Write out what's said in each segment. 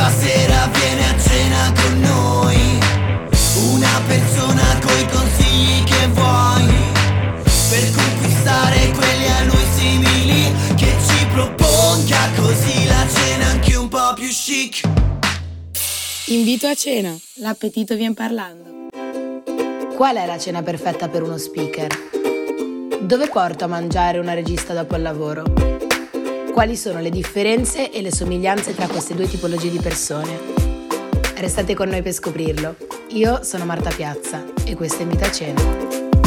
stasera viene a cena con noi, una persona coi consigli che vuoi, per conquistare quelli a noi simili, che ci proponga così la cena anche un po' più chic. Invito a cena, l'appetito vien parlando. Qual è la cena perfetta per uno speaker? Dove porto a mangiare una regista dopo il lavoro? Quali sono le differenze e le somiglianze tra queste due tipologie di persone? Restate con noi per scoprirlo. Io sono Marta Piazza e questo è Invito a cena.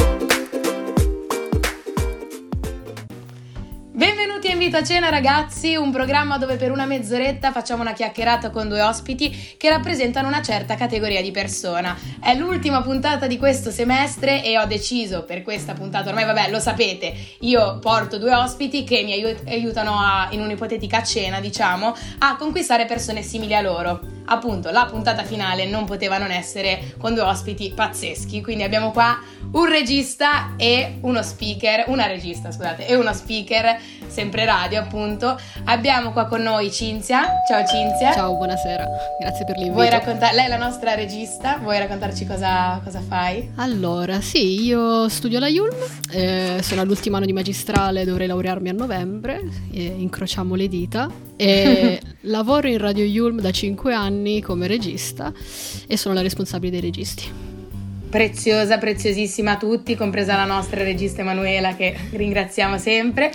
Benvenuti a Invito a cena ragazzi, un programma dove per una mezz'oretta facciamo una chiacchierata con due ospiti che rappresentano una certa categoria di persona. È l'ultima puntata di questo semestre e ho deciso per questa puntata, ormai vabbè lo sapete, io porto due ospiti che mi aiutano in un'ipotetica cena, diciamo, a conquistare persone simili a loro. Appunto, la puntata finale non poteva non essere con due ospiti pazzeschi, quindi abbiamo qua un regista e uno speaker, una regista scusate, e uno speaker, sempre radio appunto. Abbiamo qua con noi Cinzia. Ciao Cinzia. Ciao, buonasera, grazie per l'invito. Lei è la nostra regista, vuoi raccontarci cosa fai? Allora, sì, io studio alla Yulm, sono all'ultimo anno di magistrale, dovrei laurearmi a novembre, incrociamo le dita, e lavoro in Radio Yulm da 5 anni come regista e sono la responsabile dei registi. Preziosa, preziosissima a tutti, compresa la nostra regista Emanuela che ringraziamo sempre,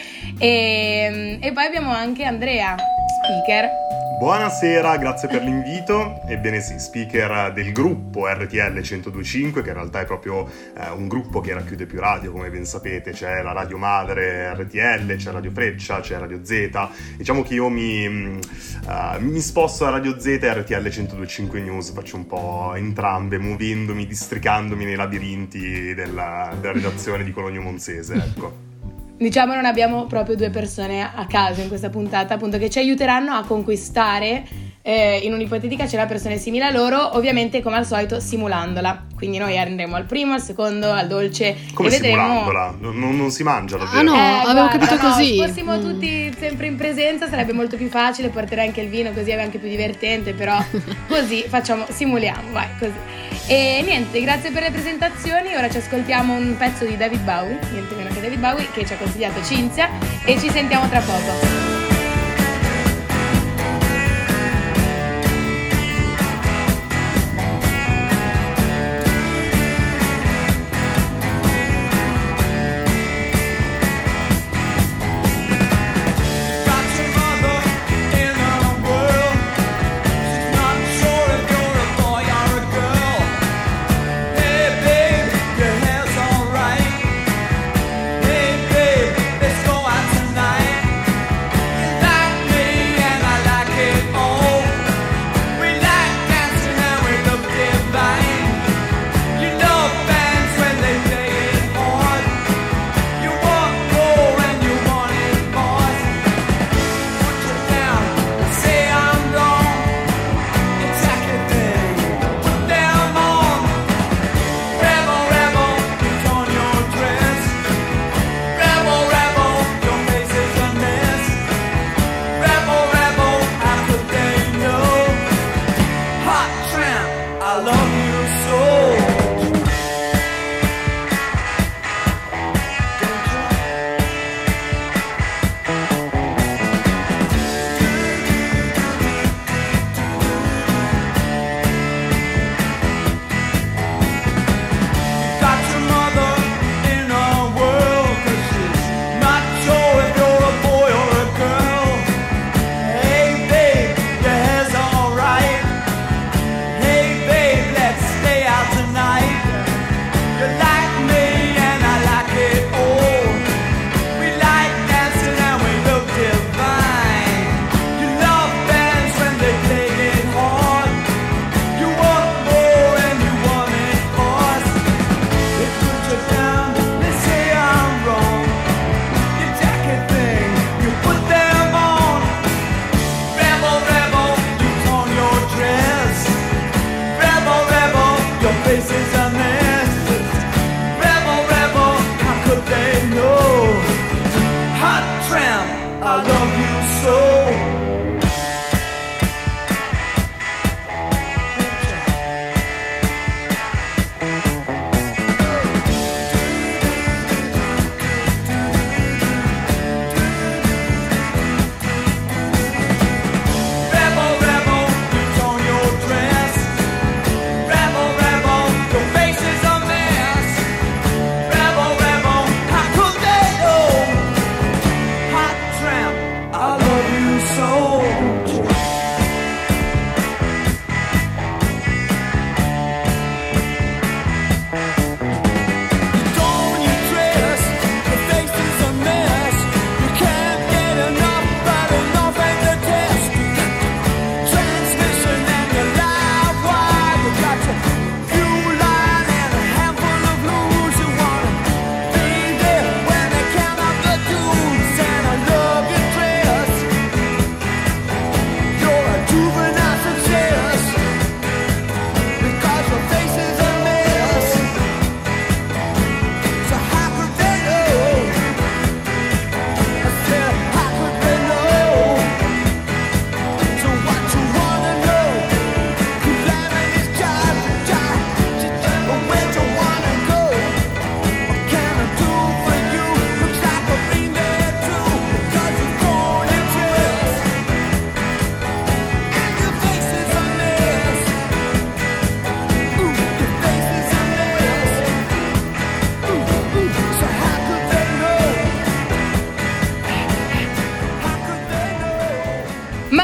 e poi abbiamo anche Andrea, speaker. Buonasera, grazie per l'invito. Ebbene sì, speaker del gruppo RTL 102.5, che in realtà è proprio un gruppo che racchiude più radio, come ben sapete. C'è la radio madre RTL, c'è Radio Freccia, c'è Radio Z. Diciamo che io mi sposto a Radio Z e RTL 102.5 News, faccio un po' entrambe, muovendomi, districandomi nei labirinti della redazione di Cologno Monzese, ecco. Diciamo non abbiamo proprio due persone a caso in questa puntata, appunto, che ci aiuteranno a conquistare in un'ipotetica cena persone simili a loro, ovviamente come al solito simulandola. Quindi noi andremo al primo, al secondo, al dolce. Come e vedremo... simulandola? Non si mangia davvero? Ah no, avevo capito così. Se fossimo tutti sempre in presenza sarebbe molto più facile, porterei anche il vino così è anche più divertente, però così simuliamo, vai così. E niente, grazie per le presentazioni, ora ci ascoltiamo un pezzo di David Bowie, niente meno che David Bowie, che ci ha consigliato Cinzia, e ci sentiamo tra poco.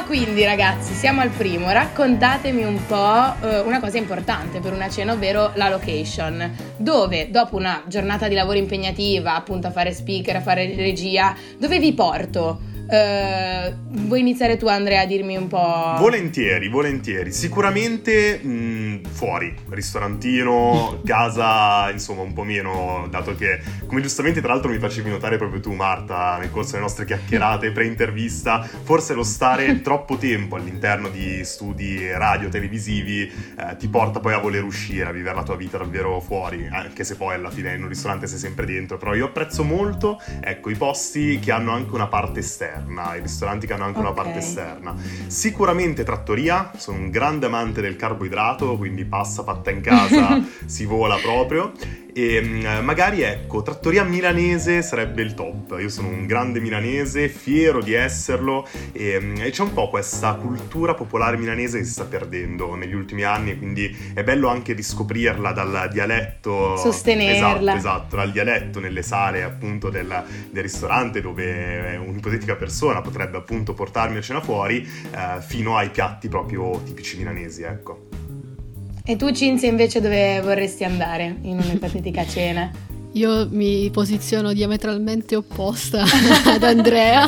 quindi ragazzi, siamo al primo. Raccontatemi un po' una cosa importante per una cena, ovvero la location. Dove, dopo una giornata di lavoro impegnativa, appunto a fare speaker, a fare regia, dove vi porto? Vuoi iniziare tu, Andrea, a dirmi un po'? Volentieri. Sicuramente fuori, ristorantino, casa, insomma un po' meno, dato che, come giustamente tra l'altro mi facevi notare proprio tu, Marta, nel corso delle nostre chiacchierate pre-intervista, forse lo stare troppo tempo all'interno di studi radio televisivi ti porta poi a voler uscire, a vivere la tua vita davvero fuori, anche se poi alla fine in un ristorante sei sempre dentro. Però io apprezzo molto, ecco, i posti che hanno anche una parte esterna, i ristoranti che hanno anche una parte esterna. Sicuramente trattoria, sono un grande amante del carboidrato, quindi pasta fatta in casa si vola proprio. E magari, ecco, trattoria milanese sarebbe il top. Io sono un grande milanese, fiero di esserlo, e c'è un po' questa cultura popolare milanese che si sta perdendo negli ultimi anni, quindi è bello anche riscoprirla dal dialetto, sostenerla. Esatto, dal dialetto nelle sale appunto del ristorante, dove un'ipotetica persona potrebbe appunto portarmi a cena fuori, fino ai piatti proprio tipici milanesi, ecco. E tu, Cinzia, invece dove vorresti andare in un'ipotetica cena? Io mi posiziono diametralmente opposta ad Andrea,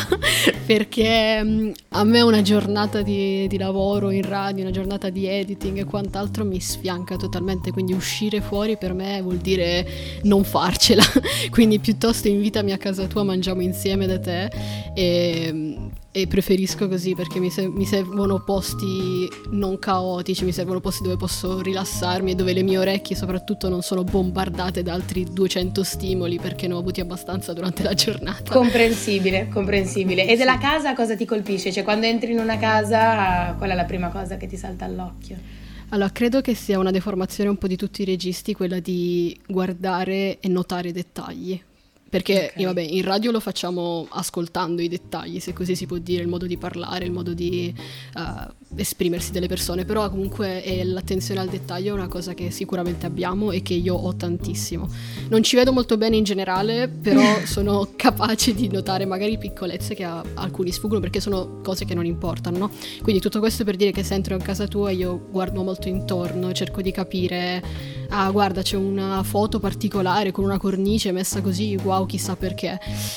perché a me una giornata di lavoro in radio, una giornata di editing e quant'altro mi sfianca totalmente, quindi uscire fuori per me vuol dire non farcela. Quindi piuttosto invitami a casa tua, mangiamo insieme da te, e preferisco così, perché mi servono posti non caotici, mi servono posti dove posso rilassarmi e dove le mie orecchie soprattutto non sono bombardate da altri 200 stimoli, perché ne ho avuti abbastanza durante la giornata. Comprensibile. E della casa cosa ti colpisce? Cioè, quando entri in una casa, qual è la prima cosa che ti salta all'occhio? Allora, credo che sia una deformazione un po' di tutti i registi, quella di guardare e notare i dettagli. Perché vabbè, in radio lo facciamo ascoltando i dettagli, se così si può dire, il modo di parlare, il modo di esprimersi delle persone, però comunque l'attenzione al dettaglio è una cosa che sicuramente abbiamo e che io ho tantissimo. Non ci vedo molto bene in generale, però sono capace di notare magari piccolezze che a alcuni sfuggono, perché sono cose che non importano, no? Quindi tutto questo per dire che se entro in casa tua io guardo molto intorno, cerco di capire, guarda, c'è una foto particolare con una cornice messa così, wow, chissà perché.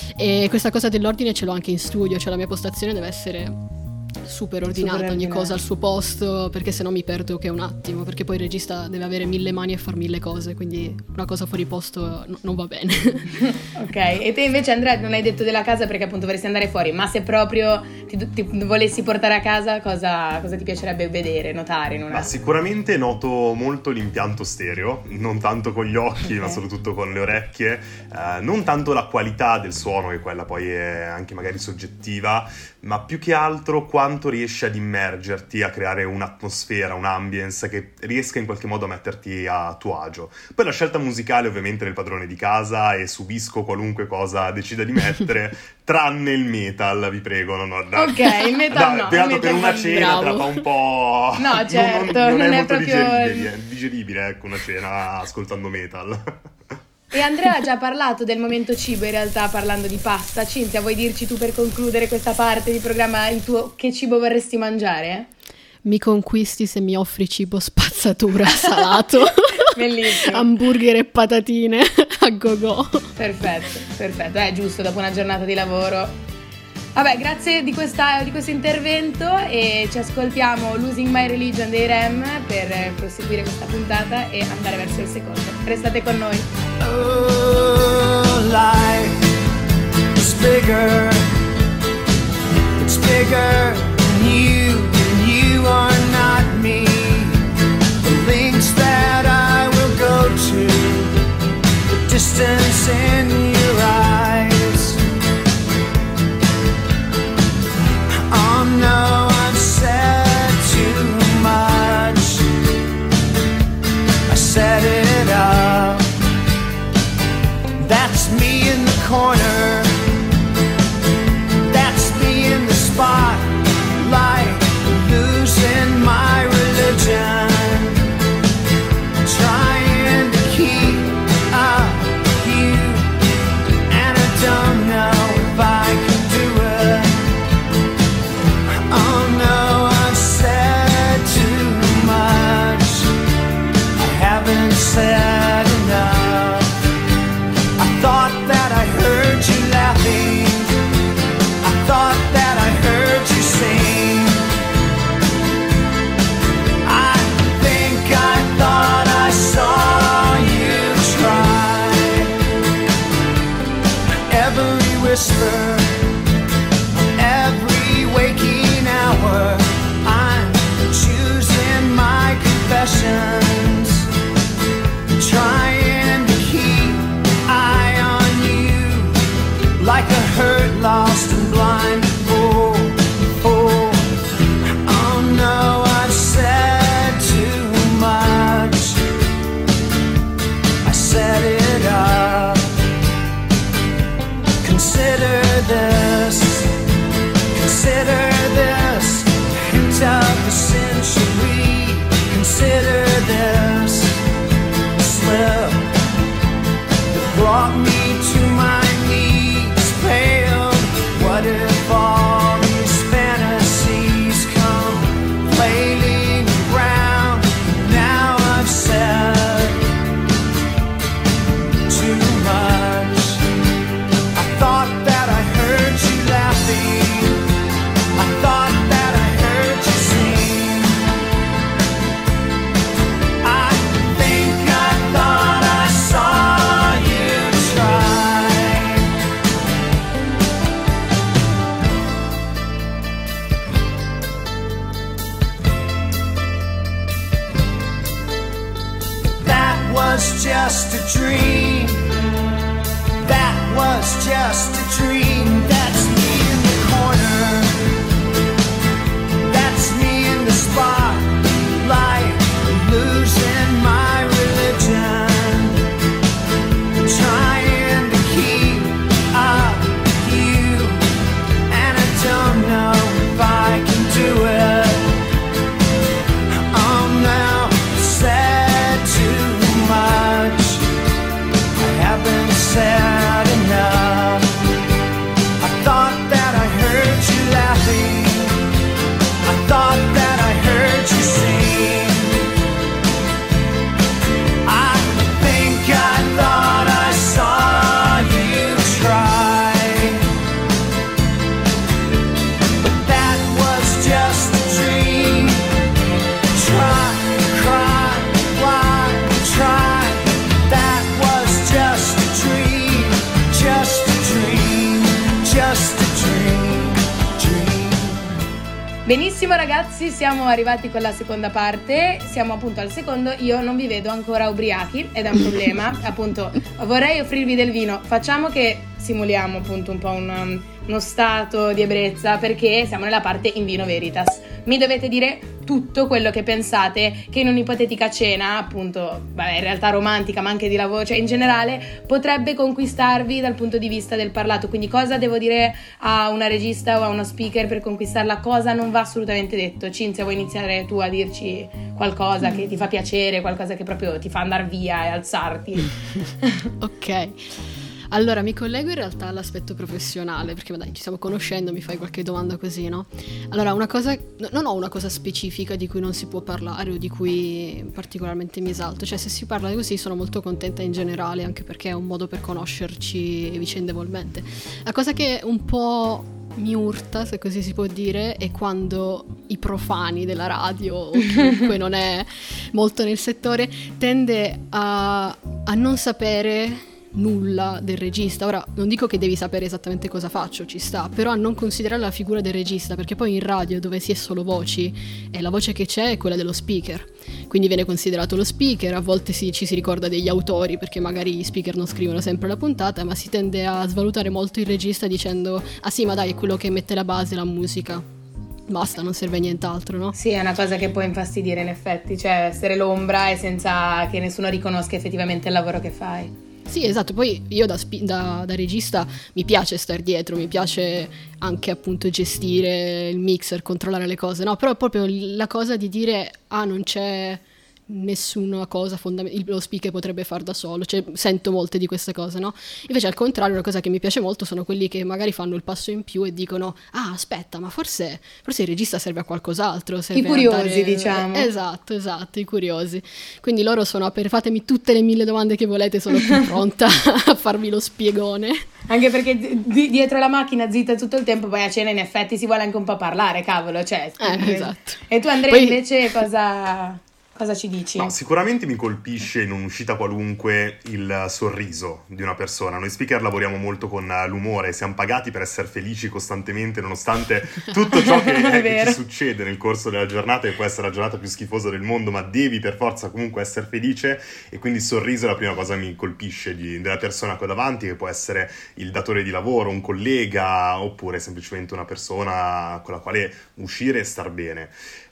E questa cosa dell'ordine ce l'ho anche in studio, cioè la mia postazione deve essere super ordinata, ogni cosa al suo posto, perché sennò mi perdo che un attimo, perché poi il regista deve avere 1000 mani e far 1000 cose, quindi una cosa fuori posto non va bene. Ok, e te invece, Andrea, non hai detto della casa perché appunto vorresti andare fuori, ma se proprio ti volessi portare a casa, cosa ti piacerebbe vedere, notare in una... Sicuramente noto molto l'impianto stereo, non tanto con gli occhi, ma soprattutto con le orecchie, non tanto la qualità del suono, che quella poi è anche magari soggettiva, ma più che altro quanto riesci ad immergerti, a creare un'atmosfera, un ambience che riesca in qualche modo a metterti a tuo agio. Poi la scelta musicale ovviamente del padrone di casa, e subisco qualunque cosa decida di mettere, tranne il metal, vi prego. Ok, il metal no. Beato per una cena te la fa un po'... No, certo, non è molto proprio... digeribile, ecco, una cena ascoltando metal. E Andrea ha già parlato del momento cibo, in realtà, parlando di pasta. Cinzia, vuoi dirci tu, per concludere questa parte di programma, il tuo che cibo vorresti mangiare? Mi conquisti se mi offri cibo spazzatura salato. Bellissimo. Hamburger e patatine a go-go. Perfetto, è giusto dopo una giornata di lavoro. Vabbè, grazie di questo intervento, e ci ascoltiamo Losing My Religion dei Rem per proseguire questa puntata e andare verso il secondo. Restate con noi. Oh, life is bigger. It's bigger than you are not me. The links that I will go to, the distance in your eyes. Oh no, I've said too much. I set it up. That's me in the corner. emotions, trying to keep eye on you, like a hurt, lost and blind. Oh, oh, oh no, I've said too much. I set it up. Consider this, consider this, hint of the century. Consider this slip that brought me to my knees, paled. What if all these fantasies come flailing around? Now I've said too much. I thought that I heard you laughing. I thought that I heard you sing. I think I thought I saw you try. That was just a dream. That was just a dream. That's me in the corner. That's me in the spotlight, losing my religion, trying to keep up with you, and I don't know if I can do it. Oh no, I said too much. I haven't said enough. I thought that I heard you laughing. I thought that I heard you sing. I think I thought I saw you try. But that was just a dream. Try, cry, why, try. That was just a dream. Just a dream. Just a dream. Dream. Benissimo ragazzi, siamo arrivati con la seconda parte, siamo appunto al secondo, io non vi vedo ancora ubriachi ed è un problema, appunto vorrei offrirvi del vino, facciamo che simuliamo appunto un po' uno stato di ebbrezza perché siamo nella parte in vino veritas, mi dovete dire tutto quello che pensate che in un'ipotetica cena, appunto, in realtà romantica ma anche di lavoro, cioè in generale, potrebbe conquistarvi dal punto di vista del parlato. Quindi cosa devo dire a una regista o a uno speaker per conquistarla, cosa non va assolutamente detto. Cinzia, vuoi iniziare tu a dirci qualcosa che ti fa piacere, qualcosa che proprio ti fa andare via e alzarti? Ok. Allora, mi collego in realtà all'aspetto professionale, perché dai, ci stiamo conoscendo, mi fai qualche domanda così, no? Allora, non ho una cosa specifica di cui non si può parlare o di cui particolarmente mi esalto, cioè se si parla così sono molto contenta in generale, anche perché è un modo per conoscerci vicendevolmente. La cosa che un po' mi urta, se così si può dire, è quando i profani della radio o chiunque non è molto nel settore tende a non sapere nulla del regista. Ora non dico che devi sapere esattamente cosa faccio, ci sta, però a non considerare la figura del regista, perché poi in radio dove si è solo voci e la voce che c'è è quella dello speaker, quindi viene considerato lo speaker. A volte ci si ricorda degli autori perché magari gli speaker non scrivono sempre la puntata, ma si tende a svalutare molto il regista dicendo ah sì, ma dai, è quello che mette la base, la musica, basta, non serve a nient'altro, no? Sì, è una cosa che può infastidire in effetti, cioè essere l'ombra e senza che nessuno riconosca effettivamente il lavoro che fai. Sì, esatto, poi io da regista mi piace star dietro, mi piace anche appunto gestire il mixer, controllare le cose, no? Però è proprio la cosa di dire non c'è nessuna cosa fondamentale, lo speaker potrebbe far da solo, cioè sento molte di queste cose, no? Invece al contrario, una cosa che mi piace molto sono quelli che magari fanno il passo in più e dicono aspetta, ma forse il regista serve a qualcos'altro, serve i curiosi, diciamo. Esatto, i curiosi, quindi loro sono fatemi tutte le 1000 domande che volete, sono più pronta a farvi lo spiegone, anche perché dietro la macchina zitta tutto il tempo, poi a cena in effetti si vuole anche un po' parlare, cavolo, cioè esatto. E tu Andrea poi, invece cosa... Cosa ci dici? No, sicuramente mi colpisce in un'uscita qualunque il sorriso di una persona. Noi speaker lavoriamo molto con l'umore, siamo pagati per essere felici costantemente, nonostante tutto ciò che ci succede nel corso della giornata, che può essere la giornata più schifosa del mondo, ma devi per forza comunque essere felice, e quindi il sorriso è la prima cosa che mi colpisce della persona che ho davanti, che può essere il datore di lavoro, un collega, oppure semplicemente una persona con la quale uscire e star bene.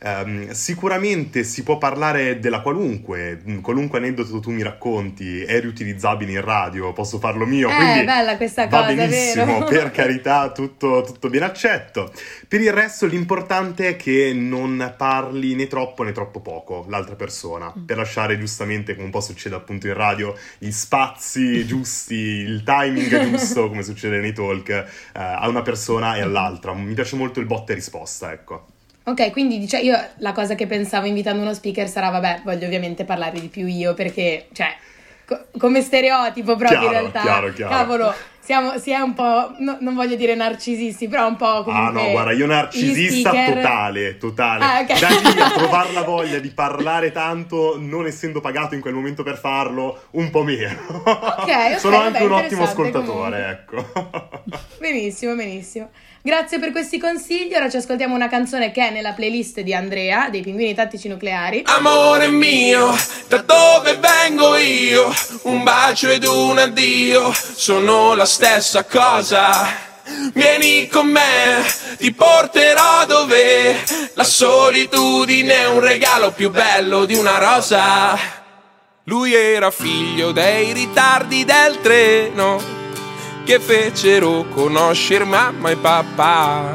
Sicuramente si può parlare della qualunque aneddoto tu mi racconti è riutilizzabile in radio, posso farlo mio, quindi bella questa va cosa, benissimo, vero? per carità, tutto ben accetto. Per il resto l'importante è che non parli né troppo poco l'altra persona, per lasciare giustamente, come un po' succede appunto in radio, gli spazi giusti, il timing giusto, come succede nei talk, a una persona e all'altra. Mi piace molto il botta e risposta, ecco. Ok, quindi io la cosa che pensavo invitando uno speaker sarà, vabbè, voglio ovviamente parlare di più io, perché, cioè, come stereotipo proprio, Chiaro, in realtà, chiaro. cavolo, si è un po', non voglio dire narcisisti, però un po' comunque... Ah no, guarda, io narcisista totale. Okay. Da lì a trovare la voglia di parlare tanto, non essendo pagato in quel momento per farlo, un po' meno. Ok, Sono anche vabbè, un ottimo ascoltatore, ecco. Benissimo. Grazie per questi consigli. Ora ci ascoltiamo una canzone che è nella playlist di Andrea, dei Pinguini Tattici Nucleari. Amore mio, da dove vengo io? Un bacio ed un addio sono la stessa cosa. Vieni con me, ti porterò dove la solitudine è un regalo più bello di una rosa. Lui era figlio dei ritardi del treno che fecero conoscere mamma e papà.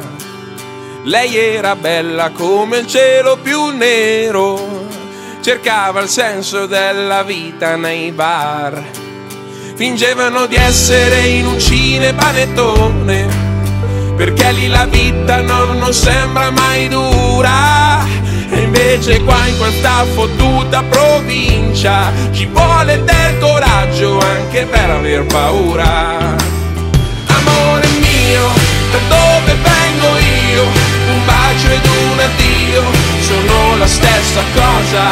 Lei era bella come il cielo più nero, cercava il senso della vita nei bar. Fingevano di essere in un cinepanettone, perché lì la vita non sembra mai dura. E invece qua in questa fottuta provincia ci vuole del coraggio anche per aver paura. Amore mio, da dove vengo io? Un bacio ed un addio sono la stessa cosa.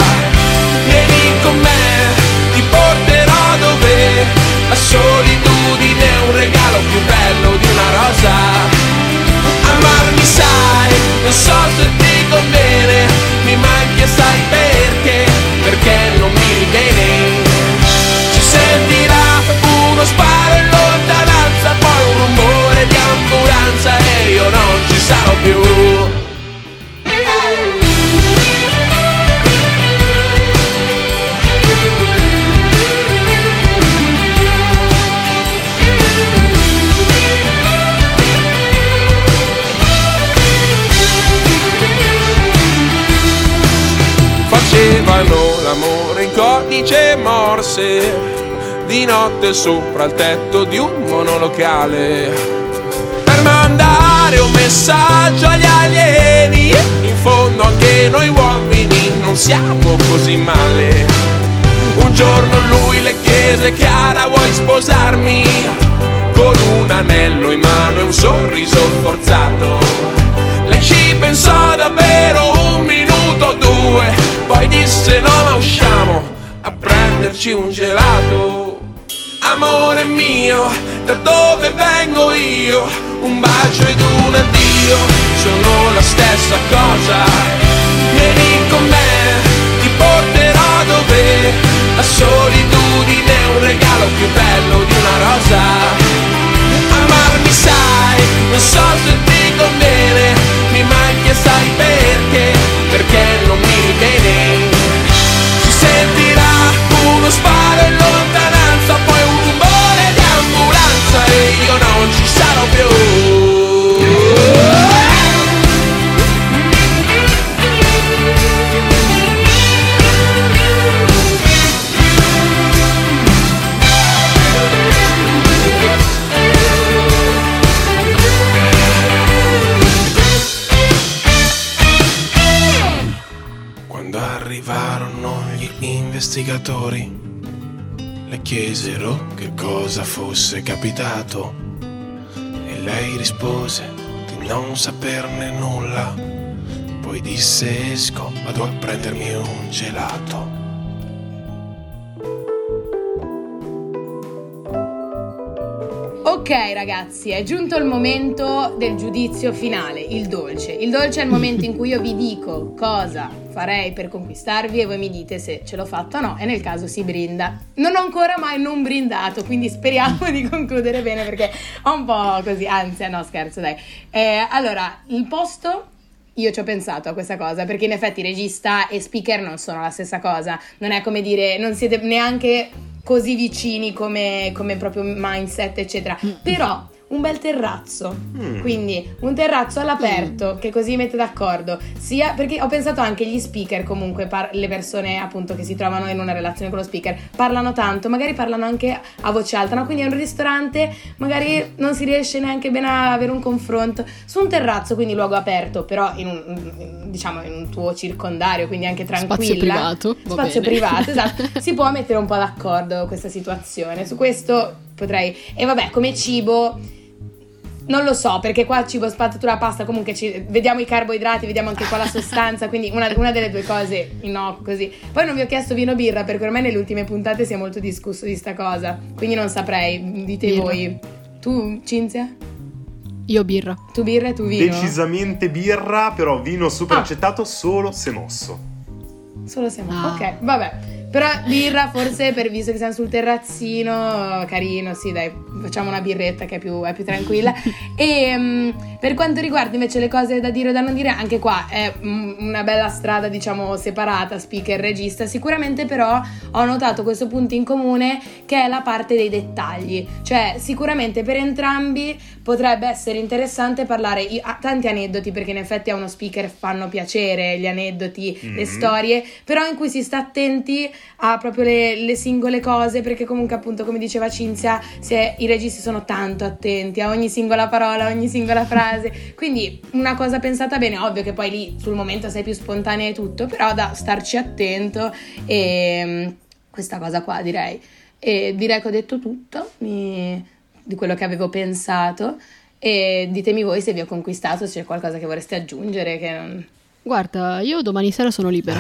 Vieni con me, ti porterò dove la solitudine è un regalo più bello di una rosa. Amarmi sai, non so se ti conviene, mi manchi e sai perché non mi viene. Ci sentirà uno sparo in lontananza, poi un rumore di ambulanza e io non ci sarò più. Facevano l'amore in codice Morse, di notte sopra il tetto di un monolocale, per mandare un messaggio agli alieni. In fondo anche noi uomini non siamo così male. Un giorno lui le chiese: Chiara, vuoi sposarmi? Con un anello in mano e un sorriso forzato. Lei ci pensò davvero un minuto o due, poi disse: no, ma usciamo a prenderci un gelato. Amore mio, da dove vengo io? Un bacio ed un addio sono la stessa cosa. Vieni con me, ti porterò dove la solitudine è un regalo più bello di una rosa. Amarmi sai, non so se ti conviene, mi manchi e sai perché non mi viene. Si sentirà uno sparo in lontananza, poi un rumore di ambulanza e io non ci sarò più. Quando arrivarono gli investigatori, le chiesero che cosa fosse capitato e lei rispose di non saperne nulla. poi disse esco, vado a prendermi un gelato. Ok ragazzi, è giunto il momento del giudizio finale, il dolce. Il dolce è il momento in cui io vi dico cosa farei per conquistarvi e voi mi dite se ce l'ho fatto o no, e nel caso si brinda. Non ho ancora mai non brindato, quindi speriamo di concludere bene perché ho un po' così, anzi no scherzo dai. Allora, il posto... Io ci ho pensato a questa cosa perché in effetti regista e speaker non sono la stessa cosa, non è come dire, non siete neanche così vicini come proprio mindset eccetera, però un bel terrazzo, quindi un terrazzo all'aperto che così mette d'accordo, sia perché ho pensato anche gli speaker comunque, le persone appunto che si trovano in una relazione con lo speaker parlano tanto, magari parlano anche a voce alta, no? Quindi è un ristorante, magari non si riesce neanche bene a avere un confronto, su un terrazzo, quindi luogo aperto, però in un tuo circondario, quindi anche tranquilla, spazio privato, esatto, si può mettere un po' d'accordo questa situazione, su questo potrei. E vabbè, come cibo non lo so, perché qua cibo, spazzatura, pasta, comunque vediamo i carboidrati, vediamo anche qua la sostanza, quindi una delle due cose no, così. Poi non vi ho chiesto vino o birra perché ormai nelle ultime puntate si è molto discusso di sta cosa, quindi non saprei, dite birra. Voi. Tu, Cinzia? Io birra. Tu birra e tu vino? Decisamente birra, però vino super accettato solo se mosso. Solo se mosso, ok, vabbè. Però birra forse, visto che siamo sul terrazzino, carino, sì dai, facciamo una birretta che è più tranquilla. E per quanto riguarda invece le cose da dire o da non dire, anche qua è una bella strada diciamo separata, speaker, regista. Sicuramente però ho notato questo punto in comune che è la parte dei dettagli, cioè sicuramente per entrambi potrebbe essere interessante parlare tanti aneddoti, perché in effetti a uno speaker fanno piacere gli aneddoti, le storie, però in cui si sta attenti a proprio le singole cose, perché comunque appunto come diceva Cinzia, i registi sono tanto attenti a ogni singola parola, a ogni singola frase, quindi una cosa pensata bene. Ovvio che poi lì sul momento sei più spontanea e tutto, però da starci attento, e questa cosa qua direi che ho detto tutto di quello che avevo pensato, e ditemi voi se vi ho conquistato, se c'è qualcosa che vorreste aggiungere che non... Guarda, io domani sera sono libera.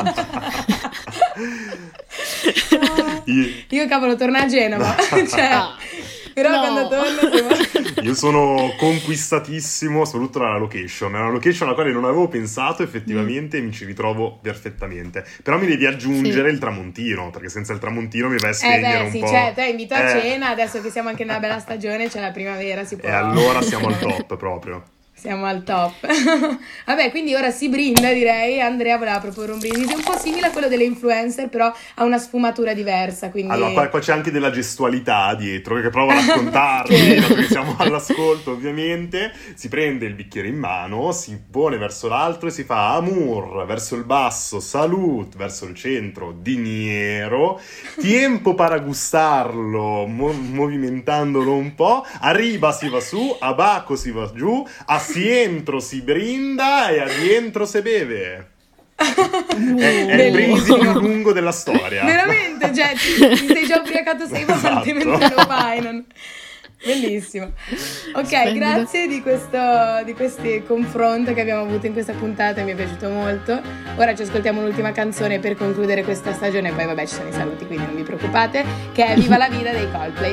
Io cavolo torno a Genova, però no. Quando torno io sono conquistatissimo soprattutto dalla location. È una location alla quale non avevo pensato effettivamente, e mi ci ritrovo perfettamente. Però mi devi aggiungere il tramontino, perché senza il tramontino mi vai a spegnere un po'. Certo, invito a cena, adesso che siamo anche nella bella stagione, c'è la primavera, si può. E allora siamo al top proprio. Siamo al top. Vabbè, quindi ora si brinda, direi. Andrea voleva proporre un brindisi un po' simile a quello delle influencer, però ha una sfumatura diversa, quindi... Allora, qua c'è anche della gestualità dietro, che provo a raccontarvi, dato che siamo all'ascolto ovviamente. Si prende il bicchiere in mano, si pone verso l'alto e si fa amour, verso il basso, salut, verso il centro, diniero, tiempo para gustarlo, movimentandolo un po', arriba si va su, abaco si va giù, asientro si brinda e adientro si beve. È il brindisi più lungo della storia. Veramente, cioè ti sei già ubriacato 6 volte mentre lo fai. Bellissimo. Ok, splendido. Grazie di questo confronto che abbiamo avuto in questa puntata, mi è piaciuto molto. Ora ci ascoltiamo un'ultima canzone per concludere questa stagione, poi vabbè ci sono i saluti, quindi non vi preoccupate, che è Viva la Vida dei Coldplay.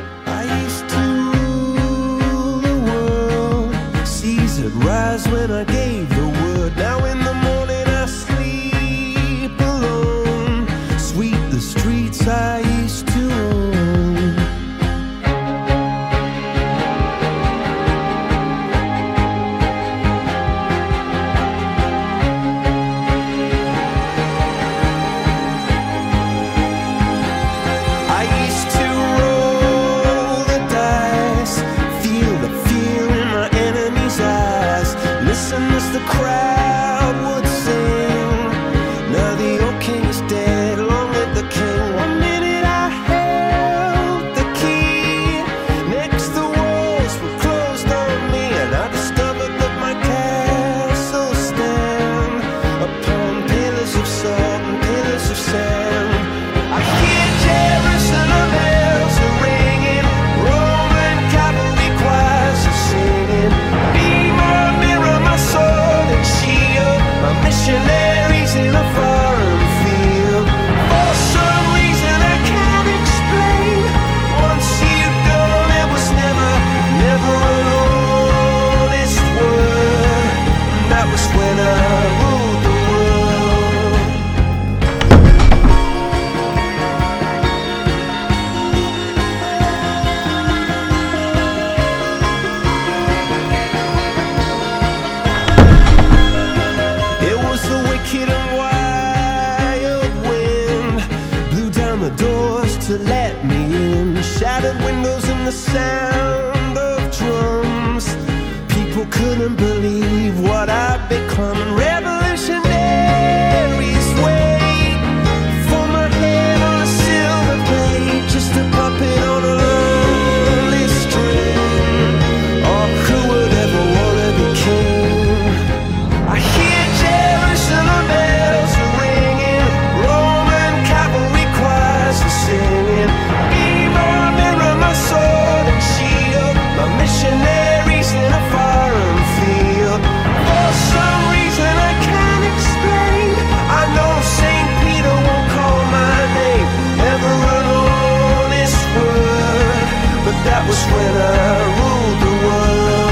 It rise when I gave the word. Now in the morning I sleep alone. Sweep the streets I used to own. I used to roll the dice, feel the fear in my enemy's eyes. Listen as the crowd would sing. Now the old king is dead, long live the king. One minute I held the key, next the walls were closed on me, and I discovered that my castle stand upon pillars of salt and pillars of sand. I hear Jerusalem bells are ringing, Roman cavalry choirs are singing. Be my mirror, my sword and shield. thought I'd become revolutionaries. Wait for my head on a silver plate, just a puppet on a lonely string. Oh, who would ever wanna be king? I hear Jerusalem bells are ringing, Roman cavalry choirs are singing. Be my mirror, my sword and shield, my missionaries in a foreign field. For some reason I can't explain, I know St. Peter won't call my name, never an honest word, but that was when I ruled the world.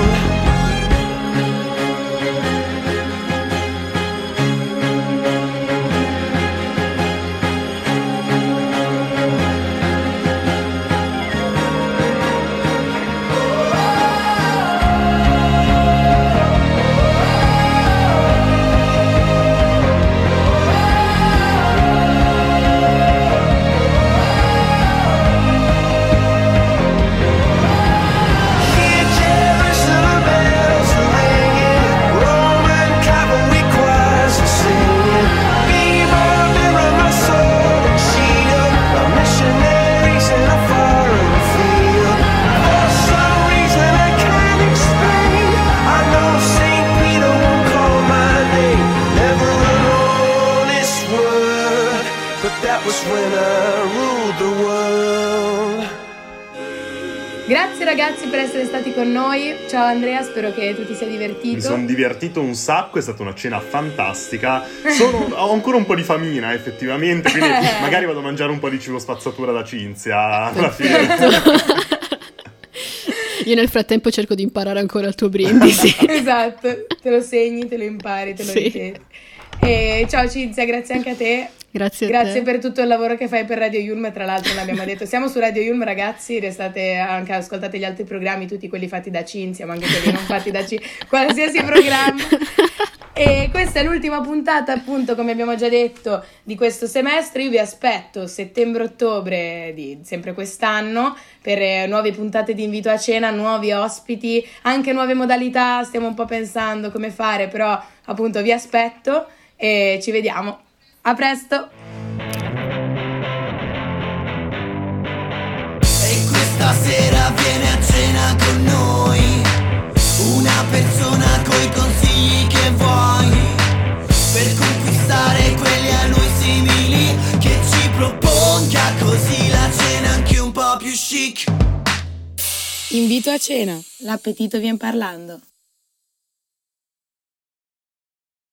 Hear Jerusalem bells are ringing, Roman cavalry choirs are singing. Be my mirror, my sword and shield, my missionaries in a foreign field. For some reason I can't explain, I know St. Peter won't call my name, never an honest word, but that was when I ruled the world. Grazie ragazzi per essere stati con noi. Ciao Andrea, spero che tu ti sia divertito. Mi sono divertito un sacco, è stata una cena fantastica. Ho ancora un po' di famina effettivamente, quindi magari vado a mangiare un po' di cibo spazzatura da Cinzia alla fine. Io nel frattempo cerco di imparare ancora il tuo brindisi. Esatto, te lo segni, te lo impari, te lo Sì. ripeti. E ciao Cinzia, grazie anche a te. Grazie a Grazie te. per tutto il lavoro che fai per Radio Yulm, tra l'altro l'abbiamo detto, siamo su Radio Yulm ragazzi, restate anche ascoltate gli altri programmi, tutti quelli fatti da Cinzia, ma anche quelli non fatti da Cinzia, qualsiasi programma. E questa è l'ultima puntata, appunto, come abbiamo già detto, di questo semestre. Io vi aspetto settembre-ottobre di sempre quest'anno per nuove puntate di Invito a Cena, nuovi ospiti, anche nuove modalità, stiamo un po' pensando come fare, però appunto vi aspetto e ci vediamo. A presto! E questa sera viene a cena con noi una persona coi consigli che vuoi per conquistare quelli a lui simili, che ci proponga così la cena anche un po' più chic. Invito a cena, l'appetito vien parlando.